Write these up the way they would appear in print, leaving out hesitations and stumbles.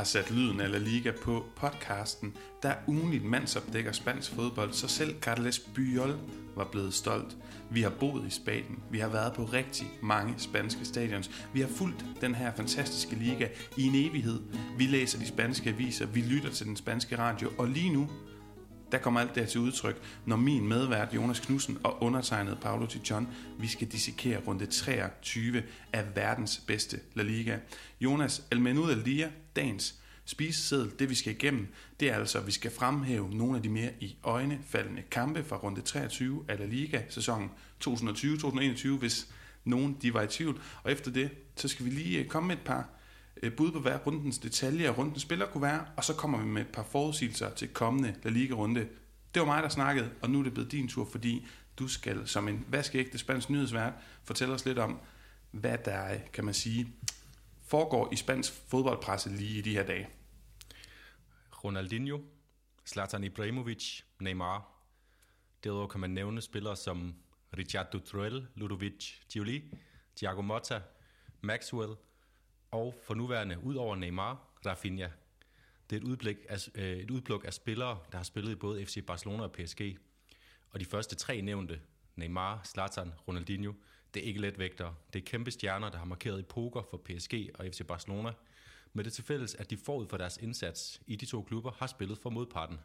har sat lyden af La Liga på podcasten, der ugenligt mandsopdækker spansk fodbold, så selv Carles Puyol var blevet stolt. Vi har boet i Spanien, vi har været på rigtig mange spanske stadions, vi har fulgt den her fantastiske liga i en evighed. Vi læser de spanske aviser, vi lytter til den spanske radio, og lige nu, der kommer alt det her til udtryk, når min medvært Jonas Knudsen og undertegnet Paulo Tichon, vi skal dissekere runde 23 af verdens bedste La Liga. Jonas, el menú del día, dagens spiseseddel, det vi skal igennem, det er altså, at vi skal fremhæve nogle af de mere i øjnefaldende kampe fra runde 23 af La Liga, sæsonen 2020-2021, hvis nogen de var i tvivl. Og efter det, så skal vi lige komme med et par bud på hver rundens detaljer og rundens spiller kunne være, og så kommer vi med et par forudsigelser til kommende La Liga-runde. Det var mig, der snakkede, og nu er det blevet din tur, fordi du skal som en vaskeægte spansk nyhedsvært fortælle os lidt om, hvad der, kan man sige, foregår i spansk fodboldpresse lige i de her dage. Ronaldinho, Zlatan Ibrahimovic, Neymar. Derudover kan man nævne spillere som Ricciardo Truel, Ludovic Giuli, Thiago Motta, Maxwell, og for nuværende, ud over Neymar, Rafinha. Det er et udpluk af spillere, der har spillet i både FC Barcelona og PSG. Og de første tre nævnte, Neymar, Zlatan, Ronaldinho, det er ikke letvægtere. Det er kæmpe stjerner, der har markeret epoker for PSG og FC Barcelona. Med det til fælles, at de forud for deres indsats i de to klubber har spillet for modparten.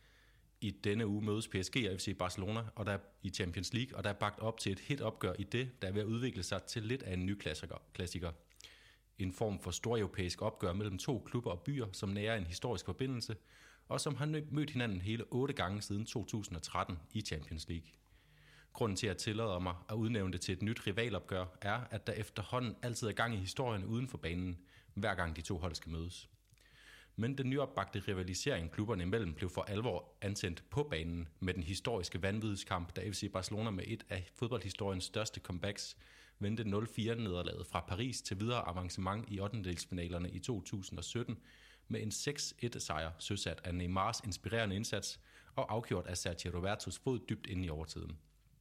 I denne uge mødes PSG og FC Barcelona og der i Champions League, og der er bagt op til et hit opgør i det, der er ved at udvikle sig til lidt af en ny klassiker. En form for storeuropæisk opgør mellem to klubber og byer, som nærer en historisk forbindelse, og som har mødt hinanden hele 8 gange siden 2013 i Champions League. Grunden til, at jeg tillader mig at udnævne det til et nyt rivalopgør, er, at der efterhånden altid er gang i historien uden for banen, hver gang de to hold skal mødes. Men den nyopbagte rivalisering klubberne imellem blev for alvor antændt på banen med den historiske vanvidskamp, da FC Barcelona med et af fodboldhistoriens største comebacks vendte 0-4-nederlaget fra Paris til videre avancement i 8-delsfinalerne i 2017 med en 6-1-sejr søsat af Neymars inspirerende indsats og afgjort af Sergio Robertos fod dybt inde i overtiden.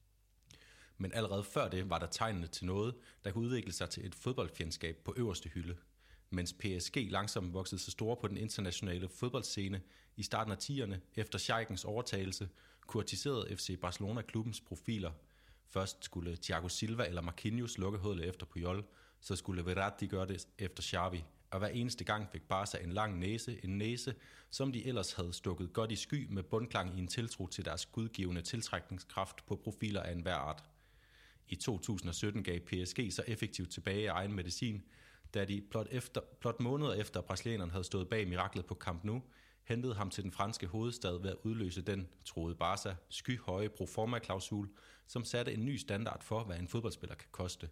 Men allerede før det var der tegnene til noget, der kunne udvikle sig til et fodboldfjendskab på øverste hylde. Mens PSG langsomt voksede sig store på den internationale fodboldscene i starten af 10'erne efter Scheichens overtagelse, kurtiserede FC Barcelona klubbens profiler. Først skulle Thiago Silva eller Marquinhos lukke hullet efter Puyol, så skulle Verratti gøre det efter Xavi, og hver eneste gang fik Barca en lang næse, en næse, som de ellers havde stukket godt i sky med bundklang i en tiltro til deres gudgivende tiltrækningskraft på profiler af enhver art. I 2017 gav PSG så effektivt tilbage af egen medicin, da de blot måneder efter brasilianerne havde stået bag miraklet på Camp Nou, hentede ham til den franske hovedstad ved at udløse den, troede Barca, skyhøje proforma-klausul, som satte en ny standard for, hvad en fodboldspiller kan koste.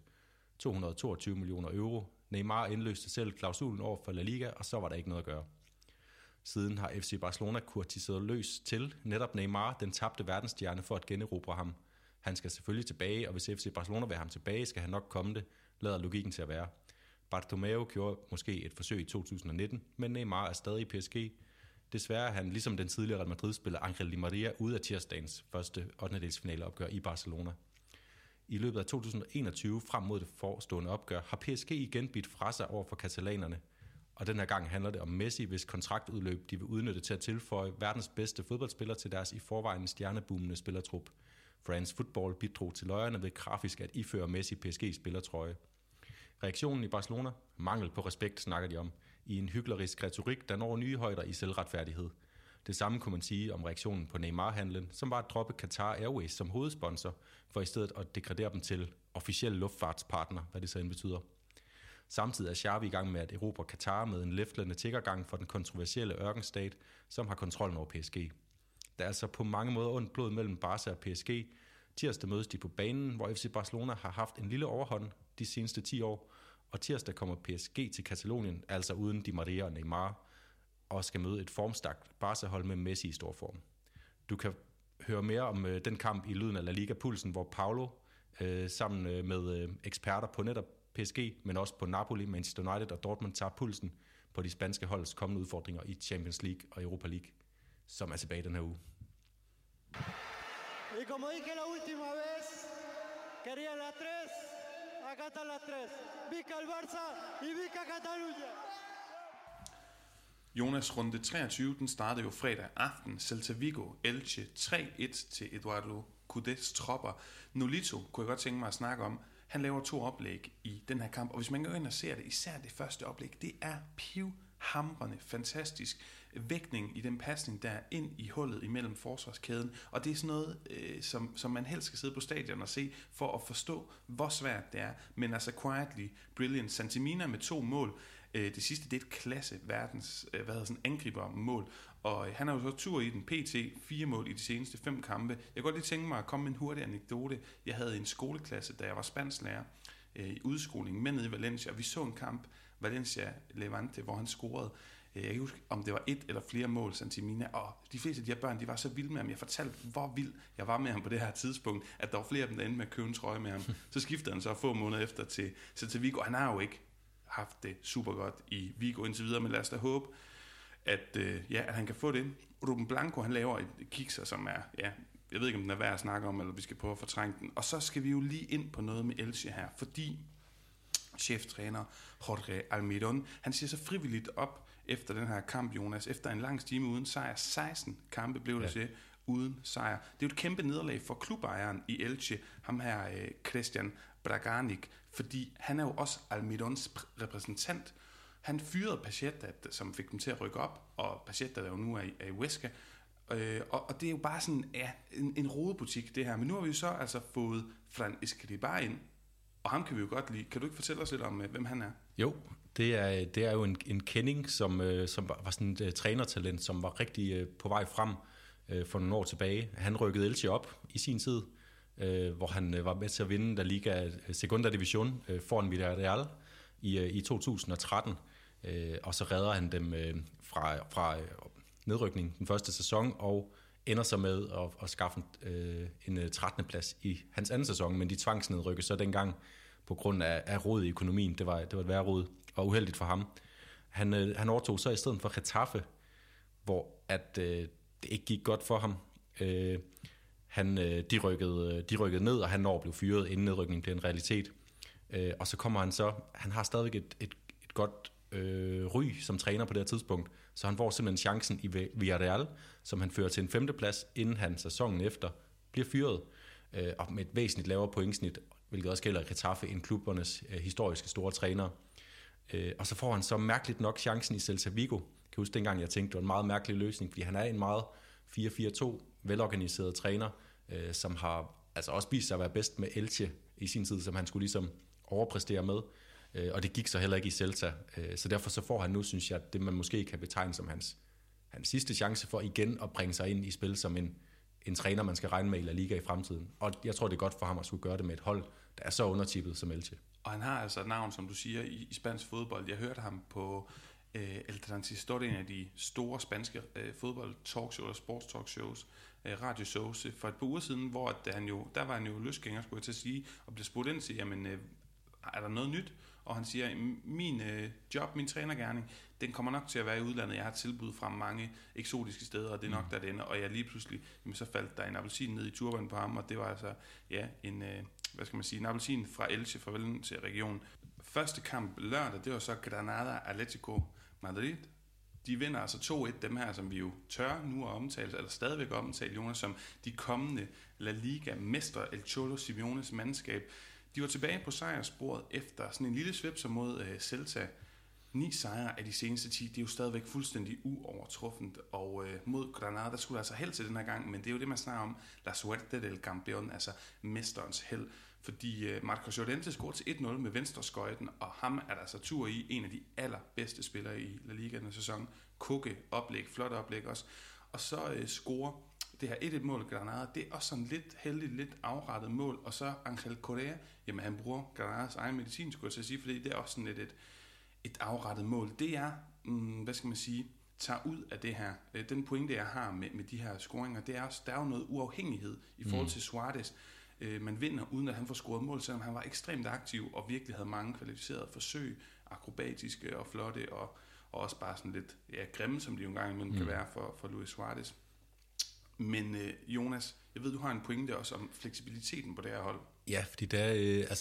222 millioner euro. Neymar indløste selv klausulen over for La Liga, og så var der ikke noget at gøre. Siden har FC Barcelona kurtiseret løs til netop Neymar, den tabte verdensstjerne, for at generobre ham. Han skal selvfølgelig tilbage, og hvis FC Barcelona vil have ham tilbage, skal han nok komme det, lader logikken til at være. Bartomeu gjorde måske et forsøg i 2019, men Neymar er stadig i PSG. Desværre er han, ligesom den tidligere Real Madrid-spiller Angel Di Maria, ude af tirsdagens første 8-delsfinaleopgør i Barcelona. I løbet af 2021 frem mod det forestående opgør har PSG igen bidt fra sig over for katalanerne. Og den her gang handler det om Messi, hvis kontraktudløb de vil udnytte til at tilføje verdens bedste fodboldspiller til deres i forvejen stjerneboomende spillertrup. France Football bidrog til løjerne ved grafisk at iføre Messi PSG-spillertrøje. Reaktionen i Barcelona? Mangel på respekt snakker de om, i en hyklerisk retorik, der når nye højder i selvretfærdighed. Det samme kunne man sige om reaktionen på Neymar-handlen, som var at droppe Qatar Airways som hovedsponsor, for i stedet at degradere dem til officiel luftfartspartner, hvad det så end betyder. Samtidig er Xavi i gang med at erobre Qatar med en leftlende tiggergang for den kontroversielle ørkenstat, som har kontrollen over PSG. Der er altså på mange måder ondt blod mellem Barca og PSG. Tirsdag mødes de på banen, hvor FC Barcelona har haft en lille overhånd de seneste 10 år, og tirsdag kommer PSG til Katalonien, altså uden Di Maria og Neymar, og skal møde et formstærkt Barca-hold med Messi i stor form. Du kan høre mere om den kamp i lyden af La Liga-pulsen, hvor Paulo sammen med eksperter på netop PSG, men også på Napoli, Manchester United og Dortmund tager pulsen på de spanske holds kommende udfordringer i Champions League og Europa League, som er tilbage den her uge. Y como dije la última vez, quería la 3, acá está la 3. Vica el Barça y Vica Catalunya. Jonas, runde 23, den startede jo fredag aften. Celta Vigo, Elche 3-1 til Eduardo Cudés tropper. Nolito kunne jeg godt tænke mig at snakke om. Han laver 2 oplæg i den her kamp, og hvis man går ind og ser det, især det første oplæg, det er pivhamrende fantastisk vægtning i den pasning der ind i hullet imellem forsvarskæden, og det er sådan noget, som man helst skal sidde på stadion og se, for at forstå, hvor svært det er, men altså quietly brilliant. Santimina med 2 mål, det sidste, det er et klasse verdens, angribermål, og han har jo så tur i den PT, 4 mål i de seneste 5 kampe. Jeg kan godt lige tænke mig at komme med en hurtig anekdote. Jeg havde en skoleklasse, da jeg var spansklærer i udskoling med nede i Valencia, og vi så en kamp, Valencia-Levante, hvor han scorede. Jeg kan ikke huske, om det var 1 eller flere mål, Santimina, og de fleste af de her børn, de var så vilde med ham. Jeg fortalte, hvor vild jeg var med ham på det her tidspunkt, at der var flere af dem, der endte med at købe en trøje med ham. Så skiftede han så få måneder efter til Vigo. Han har jo ikke haft det super godt i Vigo indtil videre, men lad os da håbe, at han kan få det. Ruben Blanco, han laver et kikser, som er, jeg ved ikke, om den er værd at snakke om, eller vi skal prøve at fortrænge den. Og så skal vi jo lige ind på noget med Elche her, fordi cheftræner Jorge Almiron, han siger så frivilligt op efter den her kamp, Jonas, efter en lang stime uden sejr. 16 kampe blev det til uden sejr. Det er jo et kæmpe nederlag for klubejeren i Elche, ham her Christian Braganic, fordi han er jo også Almirons repræsentant. Han fyrede Pacheta, som fik dem til at rykke op, og Pacheta, der jo nu er i Huesca, og det er jo bare sådan en rodebutik, det her. Men nu har vi jo så altså fået Fran Escribá ind, og ham kan vi jo godt lide. Kan du ikke fortælle os lidt om, hvem han er? Jo, det er jo en kending, som var sådan et trænertalent, som var rigtig på vej frem for nogle år tilbage. Han rykkede Elche op i sin tid, hvor han var med til at vinde La Liga Segunda Division foran Villarreal i 2013. Og så redder han dem fra nedrykning den første sæson, og ender så med at skaffe en 13. plads i hans anden sæson, men de tvangsnedrykke så dengang på grund af rod i økonomien. Det var et værre rod, og uheldigt for ham. Han overtog så i stedet for Getafe, hvor det ikke gik godt for ham. De rykkede ned, og han når blev fyret, inden nedrykningen blev en realitet. Og så kommer han har stadigvæk et godt ry som træner på det her tidspunkt, så han får simpelthen chancen i Villarreal, som han fører til en 5. plads, inden han sæsonen efter bliver fyret, og med et væsentligt lavere pointsnit, hvilket også gælder Getafe, en klubbernes historiske store træner. Og så får han så mærkeligt nok chancen i Celta Vigo. Jeg kan huske dengang, jeg tænkte, det var en meget mærkelig løsning, fordi han er en meget 4-4-2 velorganiseret træner, som har altså også vist sig at være bedst med Elche i sin tid, som han skulle ligesom overpræstere med. Og det gik så heller ikke i Celta. Så derfor så får han nu, synes jeg, det man måske kan betegne som hans sidste chance for igen at bringe sig ind i spil som en træner, man skal regne med i La Liga i fremtiden. Og jeg tror, det er godt for ham at skulle gøre det med et hold, der er så undertippet som Elche. Og han har altså et navn, som du siger, i spansk fodbold. Jeg hørte ham på El Transistor, en af de store spanske fodbold-talkshows, eller sports-talkshows, radioshows, for et par uger siden, hvor der var han jo løsgænger, skulle jeg til at sige, og blev spurgt ind til, jamen, er der noget nyt? Og han siger, min job, min trænergerning, den kommer nok til at være i udlandet. Jeg har tilbud fra mange eksotiske steder, og det er nok der det ender. Og jeg lige pludselig, så faldt der en appelsin ned i turbanen på ham, og det var altså, en appelsin fra Elche, fra Valencia regionen. Første kamp lørdag, det var så Granada Atlético Madrid. De vinder altså 2-1, dem her, som vi jo tør nu at omtale, eller stadigvæk omtale, Jonas, som de kommende La Liga-mestre, El Cholo Simeones mandskab. De var tilbage på sejrsporet efter sådan en lille svipser mod Celta. 9 sejre af de seneste 10, det er jo stadigvæk fuldstændig uovertruffent, og mod Granada, der skulle altså held til den her gang, men det er jo det, man snakker om, la suerte del campeón, altså mesterens held, fordi Marcos Llorente scorede til 1-0 med venstreskøjten, og ham er der altså tur i, en af de allerbedste spillere i La Liga denne sæson. Koke oplæg, flot oplæg også, og så scorer det her 1-1 mål Granada, det er også sådan lidt heldigt, lidt afrettet mål, og så Angel Correa, jamen han bruger Granadas egen medicin, skulle jeg til at sige, fordi det er også sådan lidt et afrettet mål. Det er, tager ud af det her, den pointe jeg har med de her scoringer, det er også, der er jo noget uafhængighed i forhold til Suarez. Man vinder uden at han får scoret mål, selvom han var ekstremt aktiv og virkelig havde mange kvalificerede forsøg, akrobatiske og flotte, og også bare sådan lidt grimme, som de jo engang imellem kan være for Luis Suarez. Men Jonas, jeg ved, du har en pointe også om fleksibiliteten på det her hold. Ja, fordi det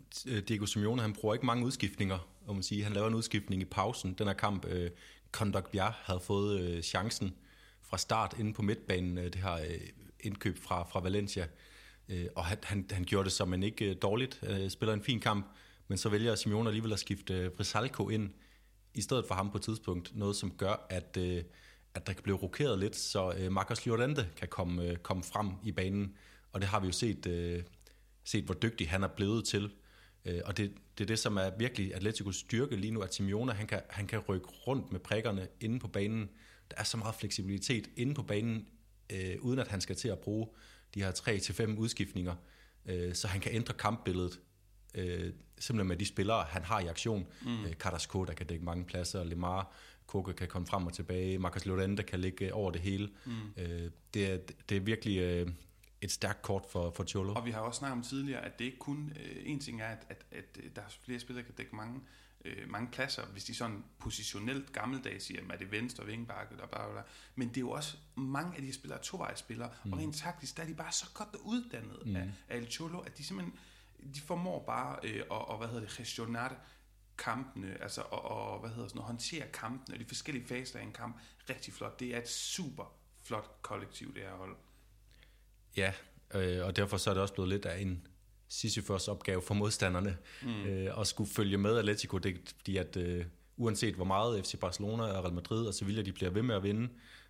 Diego Simeone, han bruger ikke mange udskiftninger, om man siger. Han laver en udskiftning i pausen. Den her kamp, Kondogbia havde fået chancen fra start inde på midtbanen, det her indkøb fra Valencia. Og han gjorde det som en ikke dårligt, spiller en fin kamp, men så vælger Simeone alligevel at skifte Brisalco ind i stedet for ham på et tidspunkt. Noget, som gør, at der kan blive rokeret lidt, så Marcos Llorente kan komme frem i banen. Og det har vi jo set hvor dygtig han er blevet til. Og det er det, som er virkelig Atleticos styrke lige nu, at Simeone han kan rykke rundt med prikkerne inde på banen. Der er så meget fleksibilitet inde på banen, uden at han skal til at bruge de her 3-5 udskiftninger, så han kan ændre kampbilledet, simpelthen med de spillere, han har i aktion. Carrasco, der kan dække mange pladser, Lemar, Koke kan komme frem og tilbage, Marcos Llorente kan ligge over det hele. Det er virkelig et stærkt kort for Cholo. Og vi har også snakket om tidligere, at det ikke kun en ting er, at der er flere spillere, der kan dække mange pladser, hvis de sådan positionelt gammeldags siger, at det er venstre vingebakke, og bla, bla. Men det er jo også mange af de spillere, tovejsspillere, og rent taktisk, der er de bare så godt uddannet af El Cholo, at de simpelthen, de formår bare at gestionere kampene, altså håndtere kampene, og de forskellige faser af en kamp rigtig flot. Det er et super flot kollektiv, det her hold. Ja, og derfor så er det også blevet lidt af en Sisyfos opgave for modstanderne at skulle følge med Atletico, fordi at uanset hvor meget FC Barcelona og Real Madrid og Sevilla de bliver ved med at vinde,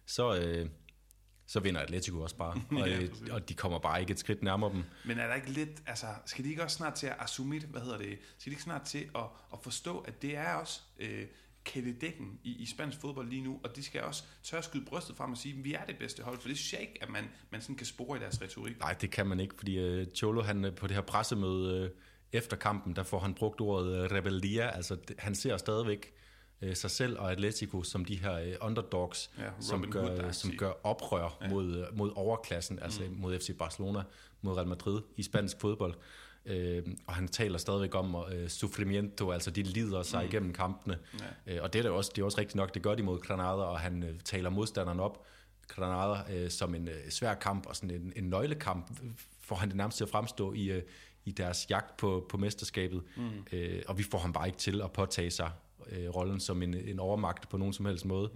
så vinder Atletico også bare, og de kommer bare ikke et skridt nærmere dem. Men er der ikke lidt, altså skal de ikke også snart til at assumere, skal de ikke snart til at forstå, at det er også kæledækken i spansk fodbold lige nu, og de skal også tør skyde brystet frem og sige, at vi er det bedste hold, for det synes jeg ikke, at man sådan kan spore i deres retorik. Nej, det kan man ikke, fordi Cholo, han på det her pressemøde efter kampen, der får han brugt ordet rebeldia, altså han ser stadigvæk sig selv og Atletico som de her underdogs, som gør oprør mod overklassen, altså mod FC Barcelona, mod Real Madrid i spansk fodbold. Og han taler stadigvæk om sufrimiento, altså de lider sig igennem kampene. Og det er også rigtigt nok, det gør de mod Granada, og han taler modstanderen op. Granada som en svær kamp og sådan en nøglekamp, får han det nærmest til at fremstå i deres jagt på mesterskabet. Og vi får ham bare ikke til at påtage sig rollen som en overmagt på nogen som helst måde.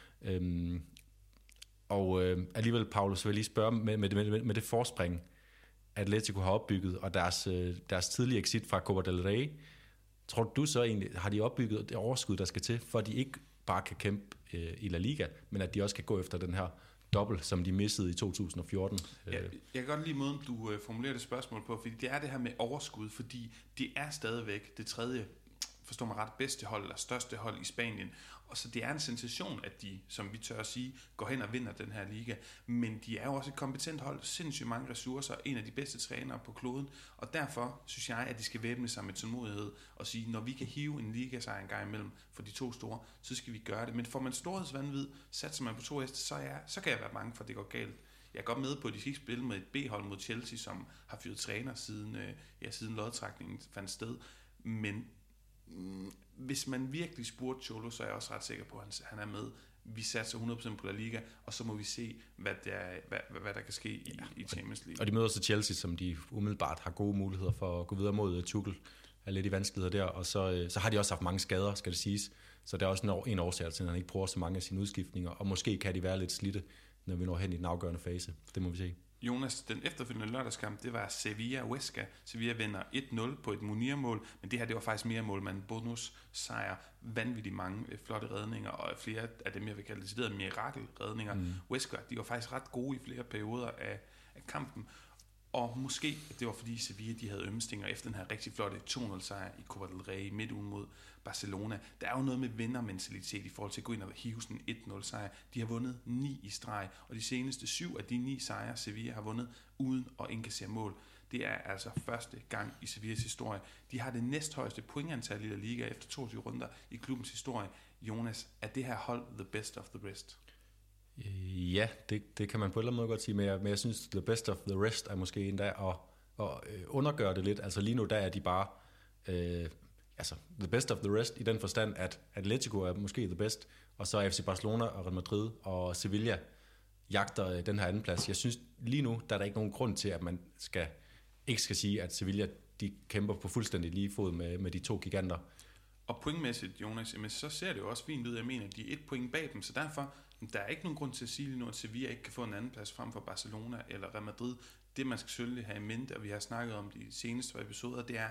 Alligevel, Paulo, så vil jeg lige spørge med det forspring, Atletico har opbygget, og deres tidlige exit fra Copa del Rey, tror du så egentlig, har de opbygget det overskud, der skal til, for at de ikke bare kan kæmpe i La Liga, men at de også kan gå efter den her dobbelt, som de missede i 2014? Jeg kan godt lide måden, du formulerer det spørgsmål på, fordi det er det her med overskud, fordi det er stadigvæk det tredje, forstår mig ret, bedste hold eller største hold i Spanien. Og så det er en sensation, at de, som vi tør at sige, går hen og vinder den her liga. Men de er jo også et kompetent hold, sindssygt mange ressourcer, en af de bedste trænere på kloden. Og derfor synes jeg, at de skal væbne sig med tålmodighed og sige, når vi kan hive en ligasejr en gang imellem for de to store, så skal vi gøre det. Men får man storhedsvanvid, satser man på 2 heste, så kan jeg være bange for, at det går galt. Jeg er godt med på, at de skal spille med et B-hold mod Chelsea, som har fyret træner siden lodtrækningen fandt sted. Men hvis man virkelig spurgte Cholo, så er jeg også ret sikker på, at han er med. Vi satser 100% på La Liga, og så må vi se, hvad der kan ske i Champions League. Og de møder så Chelsea, som de umiddelbart har gode muligheder for at gå videre mod. Tuchel er lidt i vanskeligheder der, og så har de også haft mange skader, skal det siges. Så der er også en årsag til, at han ikke bruger så mange af sine udskiftninger, og måske kan de være lidt slidte, når vi når hen i den afgørende fase. Det må vi se. Jonas, den efterfølgende lørdagskamp, det var Sevilla-Huesca. Sevilla vinder 1-0 på et Munir-mål, men det her, det var faktisk mere mål, man bonus sejr, vanvittigt mange flotte redninger, og flere af dem, jeg vil kalde deciderede mirakelredninger. Huesca, de var faktisk ret gode i flere perioder af kampen, og måske, det var fordi Sevilla, de havde ømstinger efter den her rigtig flotte 2-0 sejr i Copa del Rey midt ugen mod Barcelona. Der er jo noget med vindermentalitet i forhold til at gå ind og hive sådan en 1-0 sejr. De har vundet 9 i streg, og de seneste 7 af de 9 sejre, Sevilla har vundet uden at indkassere mål. Det er altså første gang i Sevillas historie. De har det næsthøjeste pointantal i La Liga efter 22 runder i klubbens historie. Jonas, er det her hold the best of the rest? Ja, det kan man på en eller anden måde godt sige, men jeg synes, the best of the rest er måske endda at undergøre det lidt. Altså lige nu, der er de bare the best of the rest i den forstand, at Atletico er måske the best, og så er FC Barcelona og Real Madrid og Sevilla jagter den her anden plads. Jeg synes lige nu, der er der ikke nogen grund til, at man ikke skal sige, at Sevilla de kæmper på fuldstændig lige fod med de to giganter. Og pointmæssigt, Jonas, jamen, så ser det jo også fint ud. Jeg mener, de er 1 point bag dem, så derfor der er ikke nogen grund til at sige lige nu, at Sevilla ikke kan få en anden plads frem for Barcelona eller Real Madrid. Det, man skal selvfølgelig have i mente, og vi har snakket om de seneste episoder, det er,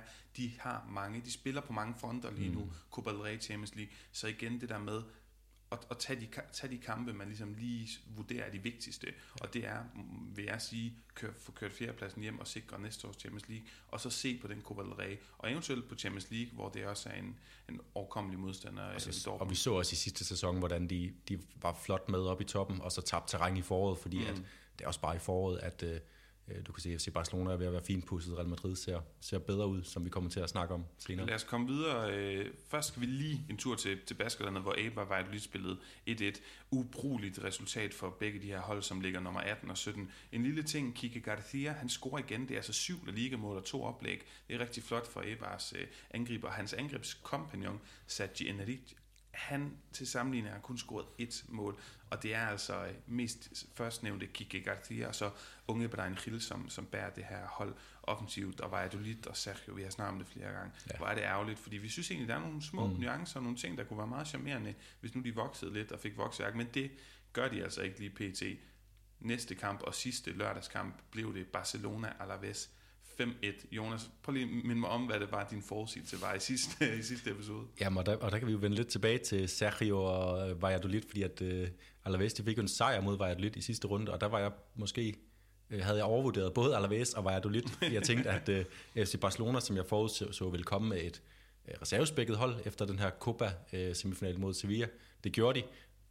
de spiller på mange fronter lige nu, Copa del Rey, Champions League, så igen det der med at tage de kampe, man ligesom lige vurderer er de vigtigste, og det er, vil jeg sige, få kørt fjerdepladsen hjem og sikre næste års Champions League, og så se på den Copa del Rey, og eventuelt på Champions League, hvor det også er en overkommelig modstander. Og vi så også i sidste sæson, hvordan de var flot med op i toppen, og så tabte terræn i foråret, fordi at det er også bare i foråret, at du kan se, at FC Barcelona er ved at være finpudset. Real Madrid ser bedre ud, som vi kommer til at snakke om senere. Lad os komme videre. Først skal vi lige en tur til Baskerlandet, hvor Eibar Valladolid spillede 1-1. Ubrugeligt resultat for begge de her hold, som ligger nummer 18 og 17. En lille ting, Kike Garcia, han scorer igen. Det er altså 7 ligamål og 2 oplæg. Det er rigtig flot for Eibars angriber. Hans angrebskompagnon, Sergi Enrique, han til sammenligning har kun scoret 1 mål, og det er altså mest førstnævnte Kike Garcia, og så unge Brahim Gil, som bærer det her hold offensivt, og Valladolid og Sergio, vi har snakket om det flere gange. Ja. Hvor er det ærgerligt, fordi vi synes egentlig, der er nogle små nuancer, og nogle ting, der kunne være meget charmerende, hvis nu de voksede lidt og fik vokseværk, men det gør de altså ikke lige pt. Næste kamp og sidste lørdagskamp blev det Barcelona Alaves 5-1. Jonas, prøv lige at minde mig om, hvad det var, din forudsigelse var i sidste episode. Jamen, og der kan vi jo vende lidt tilbage til Sergio og Valladolid, fordi at Alaves, de fik jo en sejr mod Valladolid i sidste runde, og der var jeg måske, havde jeg overvurderet både Alaves og Valladolid, fordi jeg tænkte, at FC Barcelona, som jeg forudså, ville komme med et reservespækket hold efter den her Copa-semifinal mod Sevilla. Det gjorde de.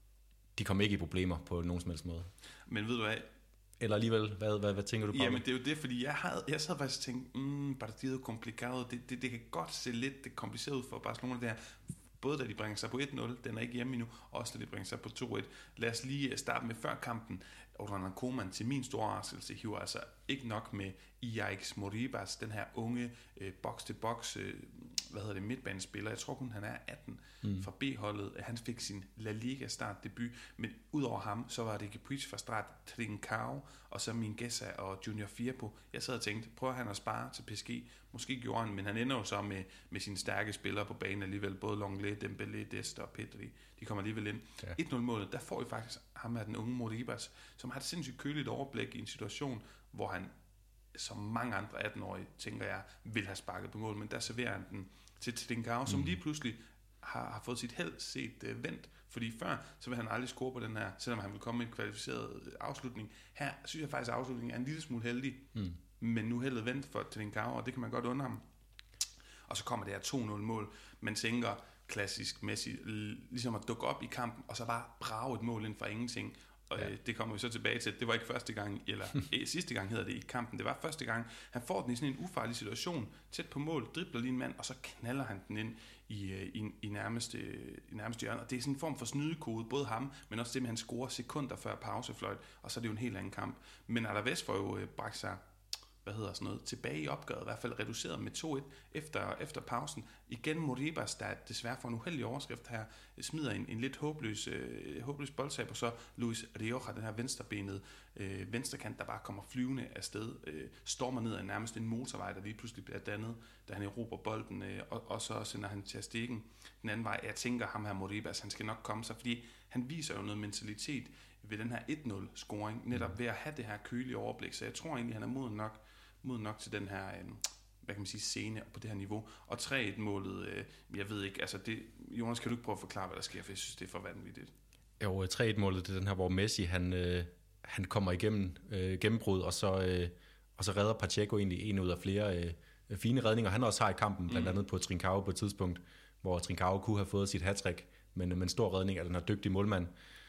De kom ikke i problemer på nogen som helst måde. Men ved du hvad? Eller alligevel, hvad tænker du på? Jamen det er jo det, fordi jeg sad faktisk og tænkte, partiet er kompliceret. Det kan godt se lidt kompliceret ud for Barcelona der. Både da de bringer sig på 1-0, den er ikke hjemme endnu, også da de bringer sig på 2-1. Lad os lige starte med før kampen. Ronald Koeman til min store overraskelse hiver altså ikke nok med Iaix Moribas, den her unge box-to-box midtbanespiller. Jeg tror kun han er 18 fra B-holdet. Han fik sin La Liga start debut, men udover ham, så var det Gepuig fra Strat, Trincao, og så Mingueza og Junior Firpo. Jeg sad og tænkte, prøver han at spare til PSG? Måske gjorde han, men han ender jo så med sine stærke spillere på banen alligevel, både Lenglet, Dembélé, Dest og Pedri. De kommer alligevel ind. Ja. 1-0-målet, der får vi faktisk ham af den unge Moribas, som har et sindssygt køligt overblik i en situation, hvor han, som mange andre 18-årige, tænker jeg, vil have sparket på mål, men der serverer han den til Trincao, som lige pludselig har fået sit held set vendt, fordi før, så vil han aldrig score på den her, selvom han vil komme med en kvalificeret afslutning. Her synes jeg faktisk, at afslutningen er en lille smule heldig, men nu heldet vendt for Trincao, og det kan man godt undre ham. Og så kommer det her 2-0-mål. Man tænker klassisk Messi, ligesom at dukke op i kampen, og så bare brage et mål ind fra ingenting. Og det kommer vi så tilbage til. Det var ikke første gang, eller sidste gang hedder det i kampen. Det var første gang. Han får den i sådan en ufarlig situation, tæt på mål, dribler lige en mand, og så knalder han den ind i nærmeste hjørne. Og det er sådan en form for snydekode, både ham, men også det med, at han scorer sekunder før pausefløjt, og så er det jo en helt anden kamp. Men Alaves får jo bragt sig tilbage i opgøret, i hvert fald reduceret med 2-1 efter pausen. Igen Moribas, der desværre får en uheldig overskrift her, smider en lidt håbløs boldtab, og så Luis Rioja, den her venstrebenede venstrekant, der bare kommer flyvende afsted, stormer ned ad nærmest en motorvej, der lige pludselig bliver dannet, da han erobrer bolden, og så sender han til stikken den anden vej. Jeg tænker ham her Moribas, han skal nok komme sig, fordi han viser jo noget mentalitet ved den her 1-0-scoring, netop ved at have det her kølige overblik, så jeg tror egentlig, han er moden nok til den her, hvad kan man sige, scene på det her niveau. Og 3-1-målet, jeg ved ikke, altså det, Jonas, kan du ikke prøve at forklare, hvad der sker, for jeg synes, det er for vanvittigt. Jo, 3-1-målet, det er den her, hvor Messi, han kommer igennem gennembrud, og så redder Pacheco egentlig en ud af flere fine redninger, han også har i kampen, blandt andet på Trincao på et tidspunkt, hvor Trincao kunne have fået sit hattrick, men en stor redning af den her dygtige målmand.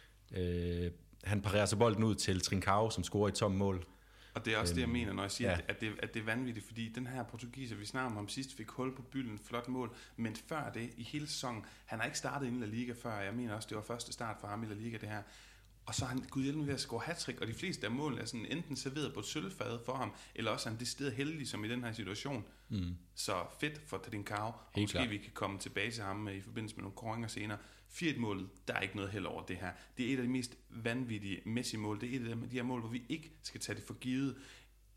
Han parerer så bolden ud til Trincao, som scorer i tom mål. Og det er også det, jeg mener, når jeg siger, at det er vanvittigt, fordi den her portugiser, vi snakker om sidst, fik hul på bylden, flot mål, men før det, i hele sæsonen, han har ikke startet i La Liga før, jeg mener også, det var første start for ham i La Liga, det her. Og så er han gudhjælpende ved at score hattrick, og de fleste af målene er sådan enten serveret på et sølvfad for ham, eller også er han decideret heldig, som i den her situation. Så fedt for Trincao, og måske klar. Vi kan komme tilbage til ham i forbindelse med nogle koringer senere. 4-1-målet, der er ikke noget held over det her. Det er et af de mest vanvittige Messi-mål. Det er et af de her mål, hvor vi ikke skal tage det for givet.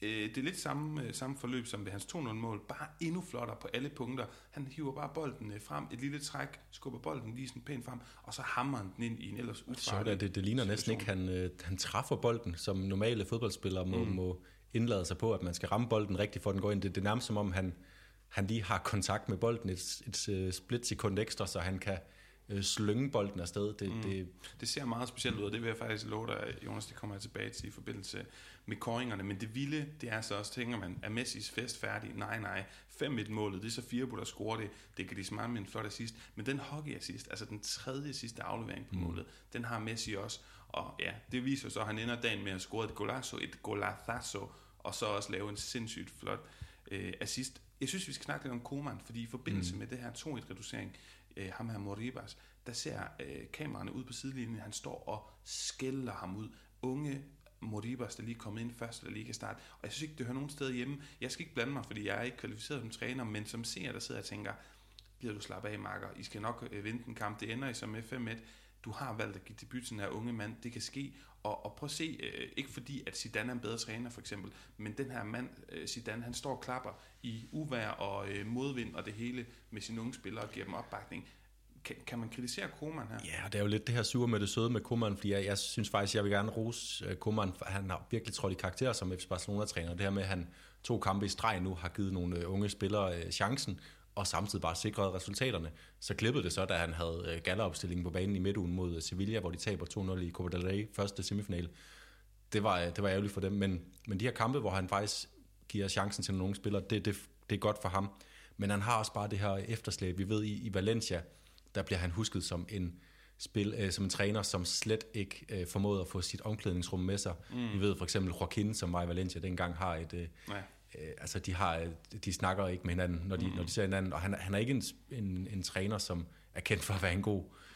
Det er lidt samme forløb som ved hans 2-0-mål, bare endnu flottere på alle punkter. Han hiver bare bolden frem, et lille træk, skubber bolden lige sådan pænt frem, og så hammer han den ind i en ellers ufarlig det ligner næsten ikke, han træffer bolden, som normale fodboldspillere må indlade sig på, at man skal ramme bolden rigtigt, for den går ind. Det er nærmest som om, han lige har kontakt med bolden et splitsekund ekstra, så han kan slynge bolden afsted. Det ser meget specielt ud, og det vil jeg faktisk love dig, Jonas, det kommer jeg tilbage til i forbindelse med kåringerne. Men det vilde, det er så også, tænker man, er Messis fest færdig? Nej. 5-1-målet, det er så Firpo, der scorer det. Det kan de smage med en flot assist. Men den hockey-assist, altså den tredje sidste aflevering på målet, den har Messi også. Og ja, det viser så, at han ender dagen med at score et golazo, og så også lave en sindssygt flot assist. Jeg synes, vi skal snakke lidt om Koeman, fordi i forbindelse med det her 2-1-reducering, ham her Moribas, der ser kameraerne ud på sidelinjen, han står og skælder ham ud. Unge Moribas, der lige er kommet ind først, der lige kan starte. Og jeg synes ikke, det hører nogen steder hjemme. Jeg skal ikke blande mig, fordi jeg er ikke kvalificeret som træner, men som seer, der sidder og tænker, gider du slappe af, Marker? I skal nok vinde en kamp. Det ender I som med 5-1. Du har valgt at give debut til den her unge mand. Det kan ske. Og prøv at se, ikke fordi, at Zidane er en bedre træner, for eksempel, men den her mand, Zidane, han står og klapper i uvejr og modvind og det hele med sine unge spillere og giver dem opbakning. Kan man kritisere Koeman her? Ja, det er jo lidt det her sure med det søde med Koeman, fordi jeg synes faktisk, jeg vil gerne rose Koeman, for han har virkelig trådt i karakter som FC Barcelona-træner. Det her med, at han 2 kampe i streg nu har givet nogle unge spillere chancen, og samtidig bare sikret resultaterne. Så klippede det så, da han havde galleopstillingen på banen i midtugen mod Sevilla, hvor de taber 2-0 i Copa del Rey, første semifinale. Det var ærgerligt for dem, men de her kampe, hvor han faktisk giver chancen til nogle unge spillere, det er godt for ham. Men han har også bare det her efterslæb. Vi ved, i Valencia, der bliver han husket som som en træner, som slet ikke formåede at få sit omklædningsrum med sig. Vi ved for eksempel Joaquin, som var i Valencia dengang, har et... altså de snakker ikke med hinanden, når de ser hinanden, og han er ikke en træner, som er kendt for at være en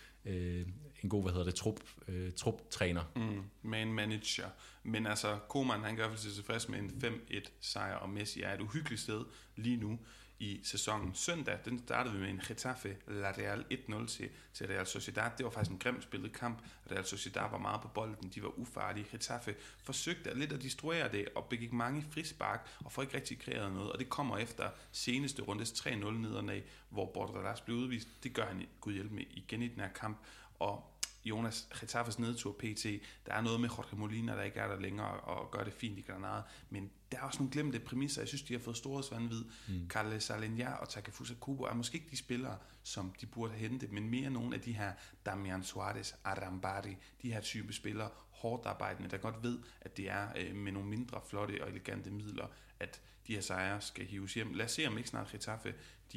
god trup-træner. Man manager. Men altså, Koeman, han gør i hvert fald tilfreds med en 5-1 sejr, og Messi er et uhyggeligt sted lige nu i sæsonen. Søndag, den startede vi med en Getafe La Real 1-0 til Real Sociedad. Det var faktisk en grimt spillet kamp. Real Sociedad var meget på bolden, de var ufarlige. Getafe forsøgte lidt at destruere det og begik mange frispark og får ikke rigtig kreeret noget. Og det kommer efter seneste rundes 3-0 nederlag, hvor Bordalas blev udvist. Det gør han, Gud hjælpe med, igen i den her kamp. Og Jonas, Getafes nedtur PT, der er noget med Jorge Molina, der ikke er der længere, og gør det fint i Granada, men der er også nogle glemte præmisser. Jeg synes, de har fået storhedsvanvid. Carles Alenya og Takefusa Kubo er måske ikke de spillere, som de burde hente, men mere nogle af de her Damian Suarez, Arambari, de her type spillere, hårdt arbejdende, der godt ved, at det er med nogle mindre flotte og elegante midler, at de her sejre skal hives hjem. Lad os se, om ikke snart Getafe,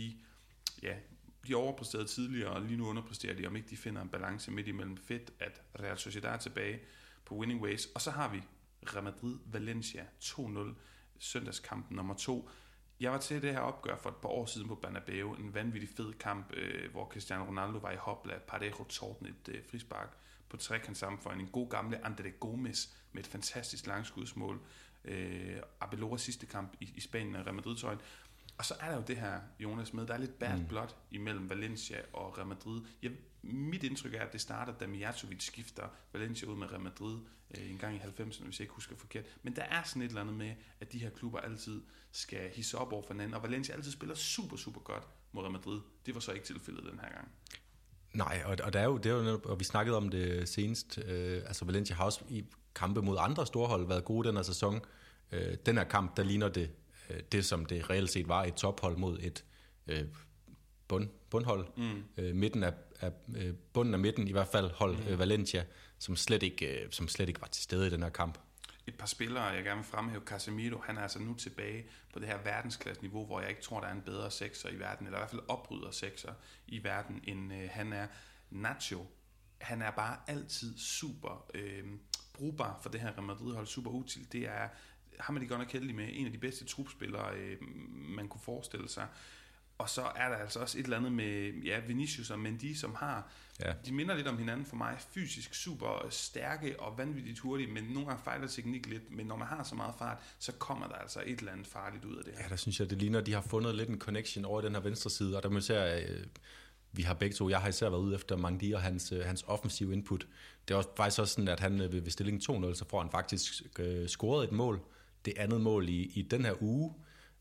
de overpræsterede tidligere, og lige nu underpræsterer de, om ikke de finder en balance midt imellem. Fedt, at Real Sociedad er tilbage på winning ways. Og så har vi Real Madrid-Valencia 2-0, søndagskampen nummer 2. Jeg var til det her opgør for et par år siden på Bernabeu, en vanvittig fed kamp, hvor Cristiano Ronaldo var i hopla, Parejo torden et frispark på trekantsammenføjning. En god gamle André Gomes med et fantastisk langskudsmål. Arbeloas sidste kamp i Spanien af Real Madrid-tøjen. Og så er der jo det her, Jonas, med, der er lidt bad blood imellem Valencia og Real Madrid. Mit indtryk er, at det starter, da Mijatovic skifter Valencia ud med Real Madrid en gang i 90'erne, hvis jeg ikke husker forkert. Men der er sådan et eller andet med, at de her klubber altid skal hisse op over for hinanden, og Valencia altid spiller super, super godt mod Real Madrid. Det var så ikke tilfældet den her gang. Nej, og det er jo og vi snakkede om det senest, altså Valencia har også i kampe mod andre storhold været gode den her sæson. Den her kamp, der ligner det, som det reelt set var et tophold mod et bundhold. Bunden af midten, i hvert fald hold Valencia, som slet ikke var til stede i den her kamp. Et par spillere, jeg gerne vil fremhæve, Casemiro, han er altså nu tilbage på det her verdensklasse-niveau, hvor jeg ikke tror, der er en bedre sekser i verden, eller i hvert fald opbryder sekser i verden, end han er. Nacho, han er bare altid super brugbar for det her Real Madrid-hold, super util. Det er ham er de godt nok heldige med, en af de bedste trupspillere, man kunne forestille sig. Og så er der altså også et eller andet med Vinicius og Mendy, som har, de minder lidt om hinanden for mig, fysisk super stærke og vanvittigt hurtige, men nogle gange fejler teknik lidt, men når man har så meget fart, så kommer der altså et eller andet farligt ud af det her. Ja, der synes jeg, det ligner, at de har fundet lidt en connection over den her venstre side, og der må jeg vi har begge to, jeg har især været ude efter Mangdi og hans offensive input. Det er også faktisk også sådan, at han ved stillingen 2-0, så får han faktisk scoret et mål det andet mål i den her uge,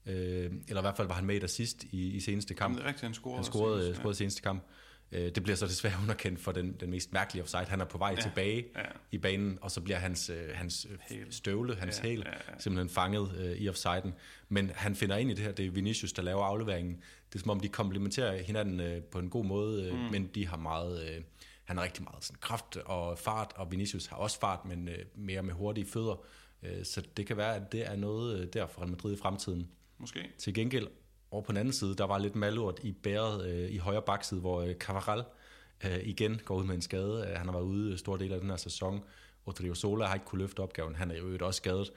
eller i hvert fald var han med i assist i seneste kamp. Jamen, det er rigtigt, han scorede seneste kamp. Det bliver så desværre underkendt for den mest mærkelige offside. Han er på vej tilbage i banen, og så bliver hans støvle, hans hæl, simpelthen fanget i offsiden. Men han finder ind i det her, det er Vinicius, der laver afleveringen. Det er som om, de komplementerer hinanden på en god måde, men de har meget... Han har rigtig meget sådan kraft og fart, og Vinicius har også fart, men mere med hurtige fødder. Så det kan være, at det er noget der for Real Madrid i fremtiden. Måske. Til gengæld, over på den anden side, der var lidt malurt i bæret i højre bakside, hvor Carvajal igen går ud med en skade. Han har været ude stor del af den her sæson. Odriozola har ikke kunne løfte opgaven. Han er jo også skadet.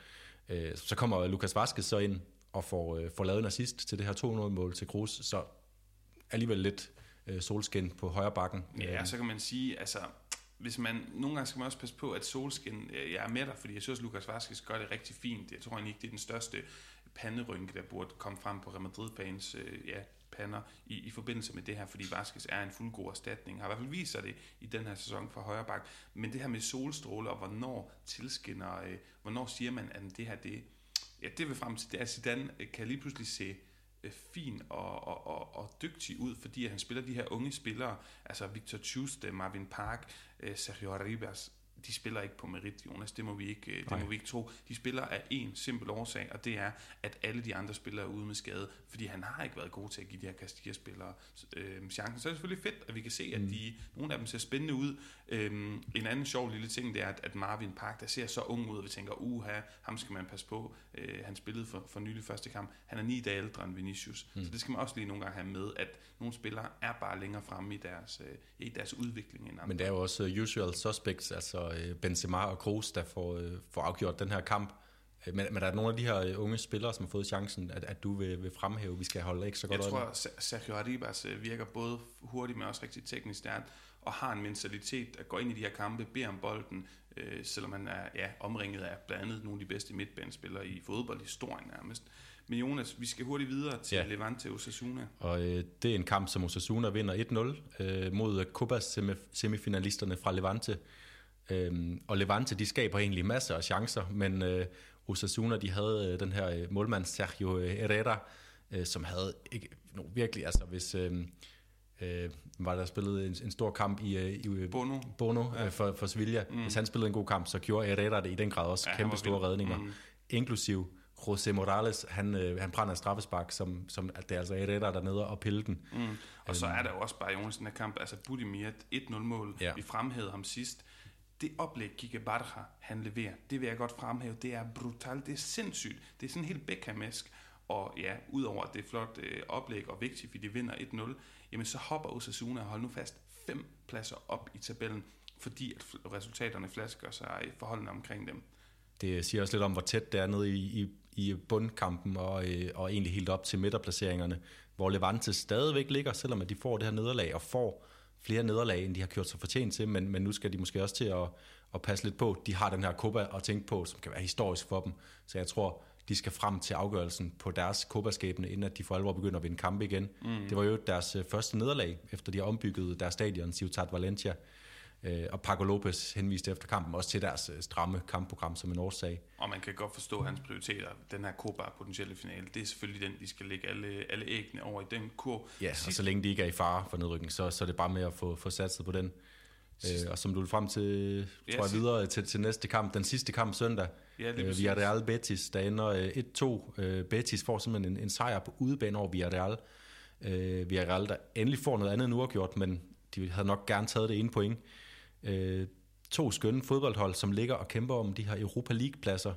Så kommer Lucas Vázquez så ind og får lavet en assist til det her 2-0-mål til Kroos. Så alligevel lidt solskin på højre bakken. Ja, så kan man sige, altså... Hvis man, nogle gange skal man også passe på, at solskin, jeg er med dig, fordi jeg synes, at Lucas Vázquez gør det rigtig fint. Jeg tror egentlig ikke, det er den største panderynke, der burde komme frem på Real Madrid-fans pander i forbindelse med det her, fordi Vázquez er en fuldgod erstatning. Har i hvert fald vist sig det i den her sæson fra højre bak. Men det her med solstråler, og hvornår tilskinner, hvornår siger man, at det her, det vil frem til, det er, at Zidane kan lige pludselig se fin og dygtig ud, fordi han spiller de her unge spillere, altså Victor Chuste, Marvin Park, Sergio Arribas. De spiller ikke på merit, Jonas. Det må vi ikke tro. De spiller af en simpel årsag, og det er, at alle de andre spillere er ude med skade, fordi han har ikke været god til at give de her Castilla-spillere chancen. Så er det selvfølgelig fedt, at vi kan se, at nogle af dem ser spændende ud. En anden sjov lille ting, det er, at Marvin Park, der ser så ung ud, og vi tænker, ham skal man passe på. Han spillede for nylig første kamp. Han er 9 dage ældre end Vinicius. Så det skal man også lige nogle gange have med, at nogle spillere er bare længere fremme i deres udvikling end andre. Men det er jo også usual suspects, altså Benzema og Kroos, der får afgjort den her kamp. Men der er nogle af de her unge spillere, som har fået chancen, at du vil fremhæve, vi skal holde ikke så godt øje med. Jeg tror, at Sergio Arribas virker både hurtigt, men også rigtig teknisk stærkt, og har en mentalitet at gå ind i de her kampe, beder om bolden, selvom han er omringet af blandt andet nogle af de bedste midtbanespillere i fodboldhistorien nærmest. Men Jonas, vi skal hurtigt videre til Levante Osasuna. Og det er en kamp, som Osasuna vinder 1-0 mod Copas semifinalisterne fra Levante. Og Levante, de skaber egentlig masser af chancer, men Osasuna, de havde den her målmand Sergio Herrera, som havde ikke virkelig, altså hvis var der spillet en stor kamp i Bono for Sevilla. Hvis han spillede en god kamp, så gjorde Herrera det i den grad også kæmpe store redninger, inklusiv José Morales, han brænder en straffespark, som det er altså Herrera dernede og pille den. Og så er der jo også bare Jonas den her kamp, altså Budimir, 1-0-mål, vi fremhævede ham sidst. Det oplæg, Kike Barja, han leverer, det vil jeg godt fremhæve, det er brutalt, det er sindssygt, det er sådan helt Beckham-esk, og ja, udover at det er flot oplæg og vigtigt, fordi de vinder 1-0, jamen så hopper Osasuna, og hold nu fast, 5 pladser op i tabellen, fordi at resultaterne flasker sig i forholdene omkring dem. Det siger også lidt om, hvor tæt det er nede i bundkampen, og egentlig helt op til midterplaceringerne, hvor Levante stadigvæk ligger, selvom at de får det her nederlag, og får flere nederlag, end de har kørt sig fortjent til, men nu skal de måske også til at passe lidt på. De har den her Copa at tænke på, som kan være historisk for dem. Så jeg tror, de skal frem til afgørelsen på deres Copa-skæbne, inden at de for alvor begynder at vinde kampe igen. Det var jo deres første nederlag, efter de har ombygget deres stadion, Ciutat Valencia. Og Paco Lopez henviste efter kampen også til deres stramme kampprogram som en årsag. Og man kan godt forstå hans prioriteter. Den her Copa potentielle finale, det er selvfølgelig den, de skal lægge alle æggene over i den kurv. Ja, og så længe de ikke er i fare for nedrykning, så er det bare med at få satset på den. Og som du vil frem til, tror jeg, videre til næste kamp, den sidste kamp søndag, Villarreal Betis, der ender 1-2. Betis får simpelthen en sejr på udebane over Villarreal. Villarreal, der endelig får noget andet end uafgjort, men de havde nok gerne taget det ene point. 2 skønne fodboldhold, som ligger og kæmper om de her Europa League-pladser.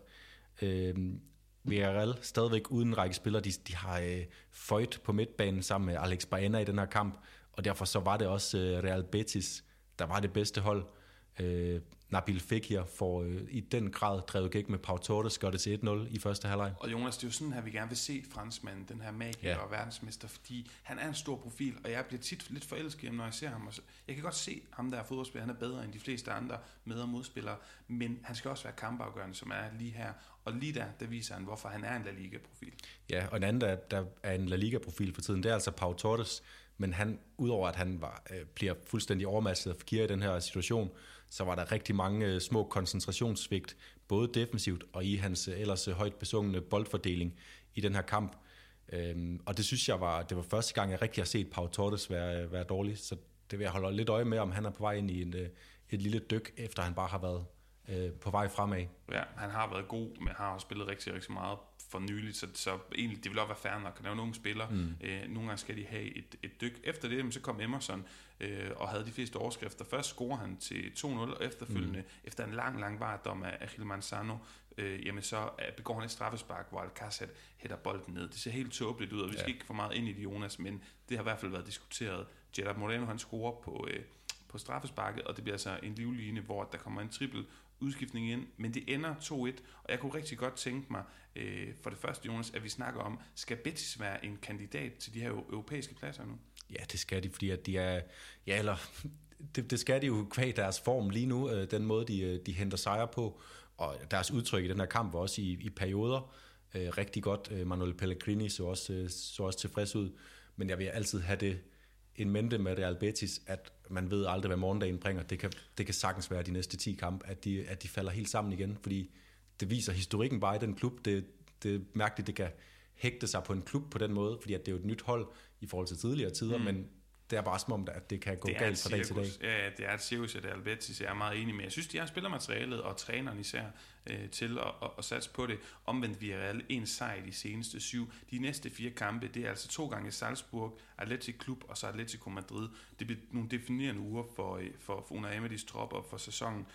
Villarreal stadigvæk uden en række spillere. De har Foyt på midtbanen sammen med Alex Baena i den her kamp, og derfor så var det også Real Betis, der var det bedste hold. Nabil Fekir får i den grad drevet gæk med Pau Torres, gør det til 1-0 i første halvleg. Og Jonas, det er jo sådan her, vi gerne vil se franskmanden, den her magiker og verdensmester, fordi han er en stor profil, og jeg bliver tit lidt forelsket, når jeg ser ham. Jeg kan godt se ham, der er fodboldspiller, han er bedre end de fleste andre med- og modspillere, men han skal også være kampafgørende, som er lige her. Og lige der viser han, hvorfor han er en La Liga-profil. Ja, og en anden, der er en La Liga-profil for tiden, det er altså Pau Torres. Men han, udover at han bliver fuldstændig overmasset af Fekir i den her situation, så var der rigtig mange små koncentrationssvigt, både defensivt og i hans ellers højt besungne boldfordeling i den her kamp. Og det synes jeg det var første gang, jeg rigtig har set Pau Torres være dårlig, så det vil jeg holde lidt øje med, om han er på vej ind i et lille dyk, efter han bare har været på vej fremad. Ja, han har været god, men har også spillet rigtig, rigtig meget for nyligt, så egentlig, det vil også være fair nok, at der er nogle spillere. Nogle gange skal de have et dyk. Efter det, så kom Emerson og havde de fleste overskrifter. Først scorer han til 2-0, og efterfølgende, efter en lang varedom af Gil Manzano, jamen så begår han et straffespark, hvor Alcácer hætter bolden ned. Det ser helt tåbeligt ud, og vi skal ikke for meget ind i det, Jonas, men det har i hvert fald været diskuteret. Gerard Moreno, han scorer på straffesparket, og det bliver altså en livline, hvor der kommer en trippel udskiftning ind, men det ender 2-1, og jeg kunne rigtig godt tænke mig, for det første, Jonas, at vi snakker om, skal Betis være en kandidat til de her europæiske pladser nu? Ja, det skal de, fordi at de er, det skal de jo kvæg deres form lige nu, den måde, de henter sejre på, og deres udtryk i den her kamp var også i perioder rigtig godt. Manuel Pellegrini så også tilfreds ud, men jeg vil altid have det en mente med Real Betis, at man ved aldrig, hvad morgendagen bringer. Det kan sagtens være de næste 10 kampe, at de falder helt sammen igen, fordi det viser historikken bare i den klub. Det er mærkeligt, det kan hægte sig på en klub på den måde, fordi at det er jo et nyt hold i forhold til tidligere tider, men det er bare som om, at det kan gå galt fra dag til dag. Ja, det er et cirkus, at Real Betis, jeg er meget enig med. Jeg synes, de har spillermaterialet og træneren især til at satse på det. Omvendt Villarreal en sejr de seneste 7. De næste 4 kampe, det er altså 2 gange Salzburg, Athletic Klub og så Atletico Madrid. Det bliver nogle definerende uger for Unai Emerys tropper for sæsonen.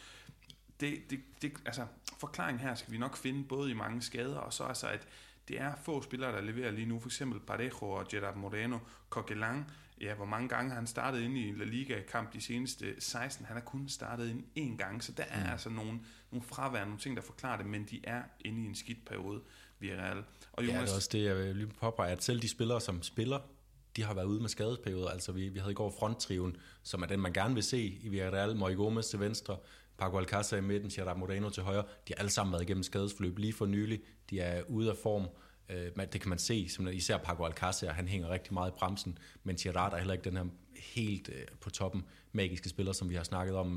Altså, forklaringen her skal vi nok finde både i mange skader, og så altså, at det er få spillere, der leverer lige nu. For eksempel Parejo og Gerard Moreno, Coquelin. Ja, hvor mange gange har han startet ind i La Liga-kamp de seneste 16? Han har kun startet ind 1 gang, så der er altså nogle fravær, nogle ting, der forklarer det, men de er inde i en skidt periode, Villarreal. Og Jonas, det er også det, jeg vil lige påpege, at selv de spillere, som spiller, de har været ude med skadesperioder. Altså vi havde i går fronttriven, som er den, man gerne vil se i Villarreal. Moi Gomez til venstre, Paco Alcácer i midten, Gerard Moreno til højre. De har alle sammen været igennem skadesforløb lige for nylig. De er ude af form. Det kan man se, især Paco Alcácer, han hænger rigtig meget i bremsen, men Gerard er heller ikke den her helt på toppen magiske spiller, som vi har snakket om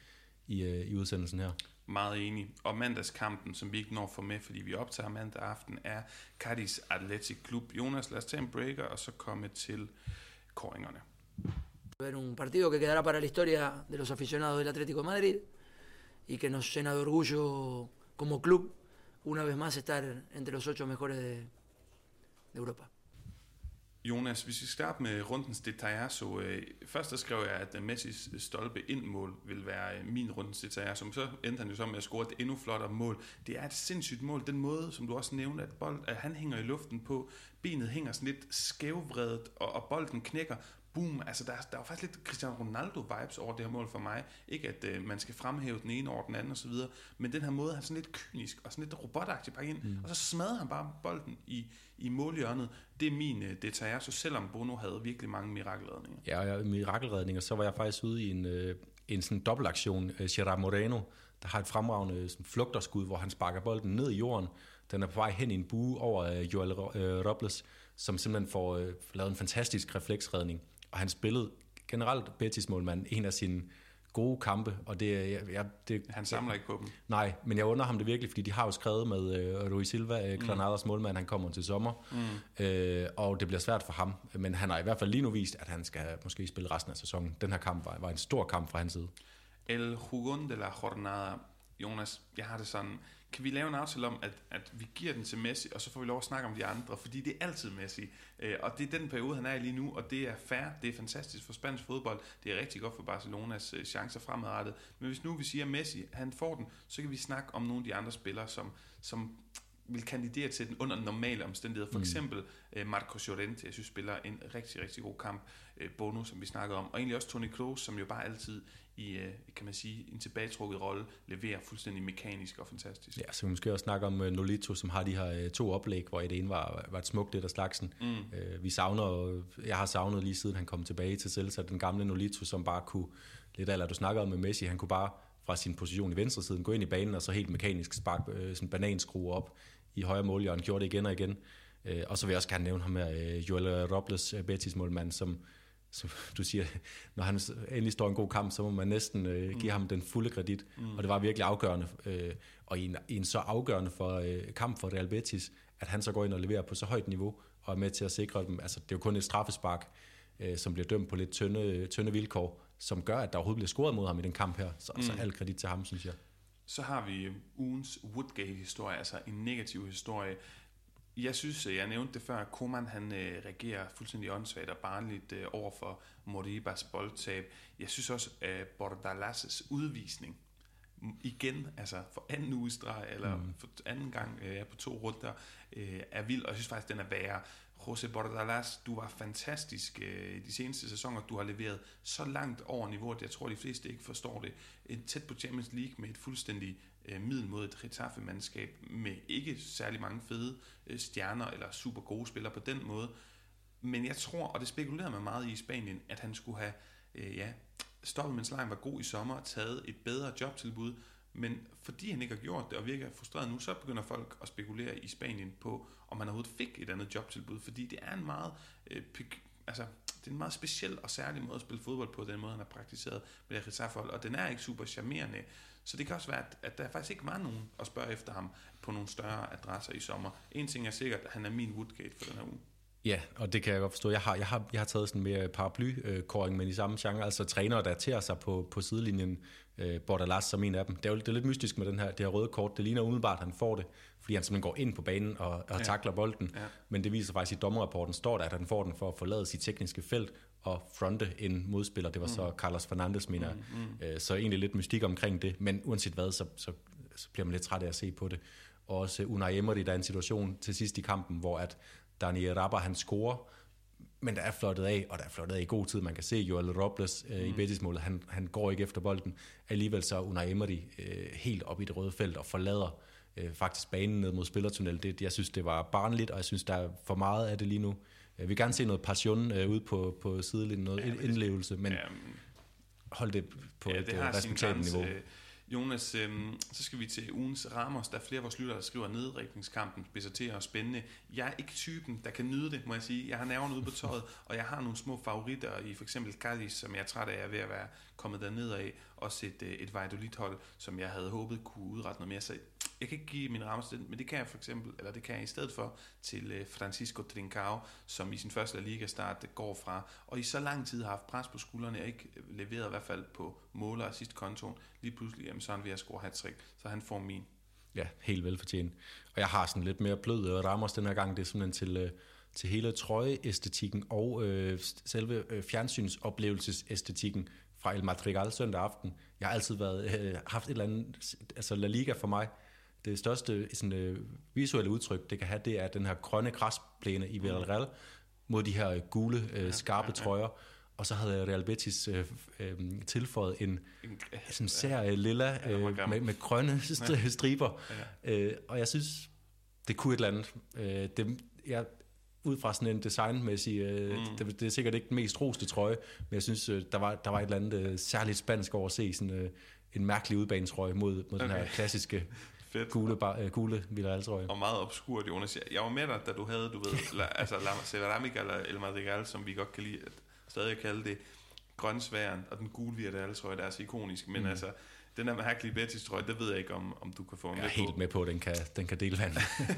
i udsendelsen her. Meget enig. Og mandagskampen, som vi ikke når for med, fordi vi optager mandag aften, er Cádiz Athletic Club. Jonas, lad os tage en breaker, og så komme til kåringerne. Un partido que quedará para la historia de los aficionados del Atlético de Madrid y que nos llena de orgullo como club una vez más estar entre los 8 mejores de Europa. Jonas, hvis vi skal starte med rundens detallazo. Først der skrev jeg, at Messis stolpe ind-mål vil være min rundens detallazo. Så endte han jo så med at score et endnu flottere mål. Det er et sindssygt mål. Den måde, som du også nævnte, at han hænger i luften på, benet hænger sådan lidt skævvredet, og bolden knækker. Boom, altså der var faktisk lidt Cristiano Ronaldo-vibes over det her mål for mig. Ikke at man skal fremhæve den ene over den anden osv., men den her måde, han sådan lidt kynisk og sådan lidt robotagtig bare ind, og så smadrer han bare bolden i målhjørnet. Det er min detaljer, så selvom Bono havde virkelig mange mirakelredninger. Ja, mirakelredninger, så var jeg faktisk ude i en sådan dobbeltaktion. Gerard Moreno, der har et fremragende flugterskud, hvor han sparker bolden ned i jorden. Den er på vej hen i en bue over Joel Robles, som simpelthen får lavet en fantastisk refleksredning. Og han spillede generelt Betis-målmand en af sine gode kampe, og han samler ikke på dem. Nej, men jeg undrer ham det virkelig, fordi de har jo skrevet med Rui Silva, Granadas målmand, han kommer til sommer, og det bliver svært for ham, men han har i hvert fald lige nu vist, at han skal måske spille resten af sæsonen. Den her kamp var en stor kamp fra hans side. El Jugón de la Jornada. Jonas, jeg har det sådan, kan vi lave en aftale om, at vi giver den til Messi, og så får vi lov at snakke om de andre, fordi det er altid Messi, og det er den periode, han er i lige nu, og det er fair, det er fantastisk for spansk fodbold, det er rigtig godt for Barcelonas chancer fremadrettet, men hvis nu vi siger, at Messi, han får den, så kan vi snakke om nogle af de andre spillere, som vil kandidere til den under normale omstændigheder. For eksempel Marco Llorente, jeg synes spiller en rigtig, rigtig god kamp. Bono, som vi snakkede om. Og egentlig også Toni Kroos, som jo bare altid i, kan man sige, en tilbagetrukket rolle, leverer fuldstændig mekanisk og fantastisk. Ja, så vi måske også snakke om Nolito, som har de her 2 oplæg, hvor det ene var et smukt lidt af slagsen. Jeg har savnet lige siden han kom tilbage til Celta, den gamle Nolito, som bare kunne, lidt af, du snakkede om med Messi, han kunne bare fra sin position i venstre siden gå ind i banen, og så helt mekanisk sparke sådan bananskrue op i højre målhjørne, gjorde det igen og igen. Og så vil jeg også gerne nævne ham her, Joel Robles, Betis målmand, som du siger, når han endelig står en god kamp, så må man næsten give ham den fulde kredit. Og det var virkelig afgørende, og i en så afgørende kamp for Real Betis, at han så går ind og leverer på så højt niveau, og er med til at sikre dem. Altså, det er jo kun et straffespark, som bliver dømt på lidt tynde vilkår, som gør, at der overhovedet bliver scoret mod ham i den kamp her. Så al kredit til ham, synes jeg. Så har vi ugens Woodgate-historie, altså en negativ historie. Jeg synes, jeg nævnte det før, at Koeman han reagerer fuldstændig åndssvagt og barnligt over for Moribas boldtab. Jeg synes også, at Bordalas' udvisning igen, altså for anden uge streg, eller for anden gang på 2 runder, er vild, og jeg synes faktisk, den er værre. José Bordalas, du var fantastisk de seneste sæsoner. Du har leveret så langt over niveauet, jeg tror, de fleste ikke forstår det. Tæt på Champions League med et fuldstændig middel mod et Getafe-mandskab med ikke særlig mange fede stjerner eller super gode spillere på den måde. Men jeg tror, og det spekulerede man meget i Spanien, at han skulle have stoppet, mens lejen var god i sommer, og taget et bedre jobtilbud. Men fordi han ikke har gjort det og virker frustreret nu, så begynder folk at spekulere i Spanien på, om han overhovedet fik et andet jobtilbud. Fordi det er en meget, det er en meget speciel og særlig måde at spille fodbold på, den måde han har praktiseret med det Getafe-hold, og den er ikke super charmerende. Så det kan også være, at der faktisk ikke var nogen at spørge efter ham på nogle større adresser i sommer. En ting er sikkert, at han er min Woodgate for den her uge. Ja, og det kan jeg godt forstå. Jeg har taget sådan mere paraply-kåring med de samme genre, altså trænere, der tager sig på sidelinjen, Bordalas som en af dem. Det er lidt mystisk med det her røde kort. Det ligner umiddelbart, at han får det, fordi han simpelthen går ind på banen og takler bolden. Ja. Men det viser faktisk i dommerrapporten, står der, at han får den for at forlade sit tekniske felt og fronte en modspiller. Det var så Carlos Fernandes, mener jeg. Så egentlig lidt mystik omkring det. Men uanset hvad, så bliver man lidt træt af at se på det. Og også Unai Emery, der er en situation til sidst i kampen, hvor at Dani Rabah, han scorer, men der er flottet af, og der er flottet af i god tid. Man kan se Joel Robles i Betis-målet, han går ikke efter bolden. Alligevel så Unai Emery helt op i det røde felt og forlader faktisk banen ned mod spillertunnel. Jeg synes, det var barnligt, og jeg synes, der er for meget af det lige nu. Vi vil gerne se noget passion ude på sidelinjen, noget indlevelse, men hold det på et respektabelt niveau. Jonas, så skal vi til ugens Ramos. Der er flere af vores lyttere, der skriver, at nedrykningskampen spidser til og spændende. Jeg er ikke typen, der kan nyde det, må jeg sige. Jeg har nerverne ude på tøjet, og jeg har nogle små favoritter i for eksempel Cádiz, som jeg er træt af ved at være kommet derned af. Også et Valladolid-hold, som jeg havde håbet kunne udrette noget mere. Så jeg kan ikke give min Ramos den, men det kan jeg for eksempel, eller det kan jeg i stedet for til Francisco Trincao, som i sin første La Liga-start går fra, og i så lang tid har haft pres på skuldrene, og ikke leveret i hvert fald på måler og sidst kontoen. Lige pludselig, jamen, så er han ved at score hat-trick, så han får min. Ja, helt velfortjent. Og jeg har sådan lidt mere blød Ramos den her gang. Det er simpelthen til hele trøjeæstetikken og selve fjernsynsoplevelseæstetikken fra El Madrigal søndag aften. Jeg har altid haft et eller andet, altså La Liga for mig, det største sådan, visuelle udtryk, det kan have, det er den her grønne græsplæne i Villarreal mod de her gule, skarpe trøjer. Og så havde Real Betis tilføjet en sådan sær lilla med grønne striber. Og jeg synes, det kunne et eller andet. Ud fra sådan en designmæssig, det er sikkert ikke den mest roste trøje, men jeg synes, der var et eller andet særligt spansk over at se sådan en mærkelig udbanetrøje mod den her klassiske gule Villarreal-trøje. Og meget obskurt, Jonas. Jeg var med dig, da du havde, altså La Ceramica eller El Madrigal, som vi godt kan lide, stadig kalde det grønsværen, og den gule Villarreal-trøje, der er så ikonisk, men altså, den der mærkelige Betis-trøje, det ved jeg ikke, om du kan få med på. Jeg er helt med på, at den kan dele vand.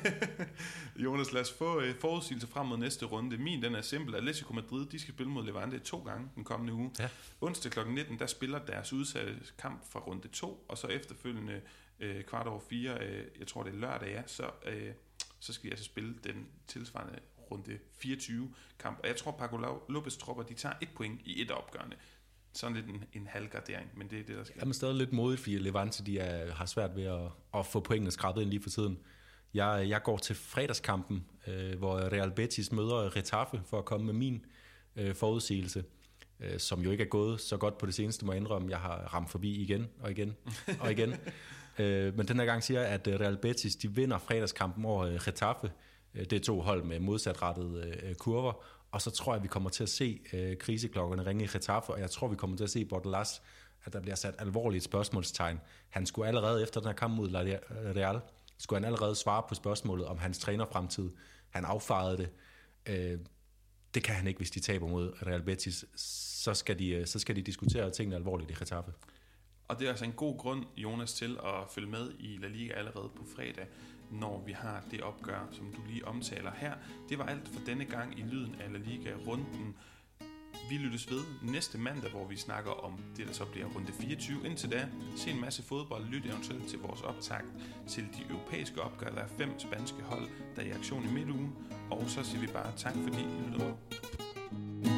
Jonas, lad os få forudsigelser frem mod næste runde. Min, den er simpel. Atletico Madrid, de skal spille mod Levante 2 gange den kommende uge. Ja. Onsdag kl. 19, der spiller deres udsatte kamp fra runde 2, og så efterfølgende 4:15, jeg tror det er lørdag, så skal jeg altså spille den tilsvarende runde 24 kamp. Og jeg tror, Paco Lopez tropper, de tager 1 point i et opgørende. Sådan lidt en halvgardering, men det er det, der skal. Jeg er stadig lidt modigt, fordi Levante har svært ved at få pointene skrabet ind lige for tiden. Jeg går til fredagskampen, hvor Real Betis møder Getafe for at komme med min forudsigelse, som jo ikke er gået så godt på det seneste, må jeg indrømme. Jeg har ramt forbi igen og igen og igen. Men den her gang siger jeg, at Real Betis de vinder fredagskampen over Getafe. Det er 2 hold med modsatrettede kurver. Og så tror jeg, vi kommer til at se kriseklokkerne ringe i Getafe, og jeg tror, vi kommer til at se Bordalas, at der bliver sat alvorligt spørgsmålstegn. Han skulle allerede efter den her kamp mod Real, skulle han allerede svare på spørgsmålet om hans trænerfremtid. Han affejede det. det kan han ikke, hvis de taber mod Real Betis. Så skal de diskutere tingene alvorligt i Getafe. Og det er altså en god grund, Jonas, til at følge med i La Liga allerede på fredag, når vi har det opgør, som du lige omtaler her. Det var alt for denne gang i Lyden af La Liga-runden. Vi lyttes ved næste mandag, hvor vi snakker om det, der så bliver runde 24. Indtil da, se en masse fodbold, lyt eventuelt til vores optakt til de europæiske opgør. Der er 5 spanske hold, der er i aktion i midtugen. Og så siger vi bare tak, fordi I lytter med.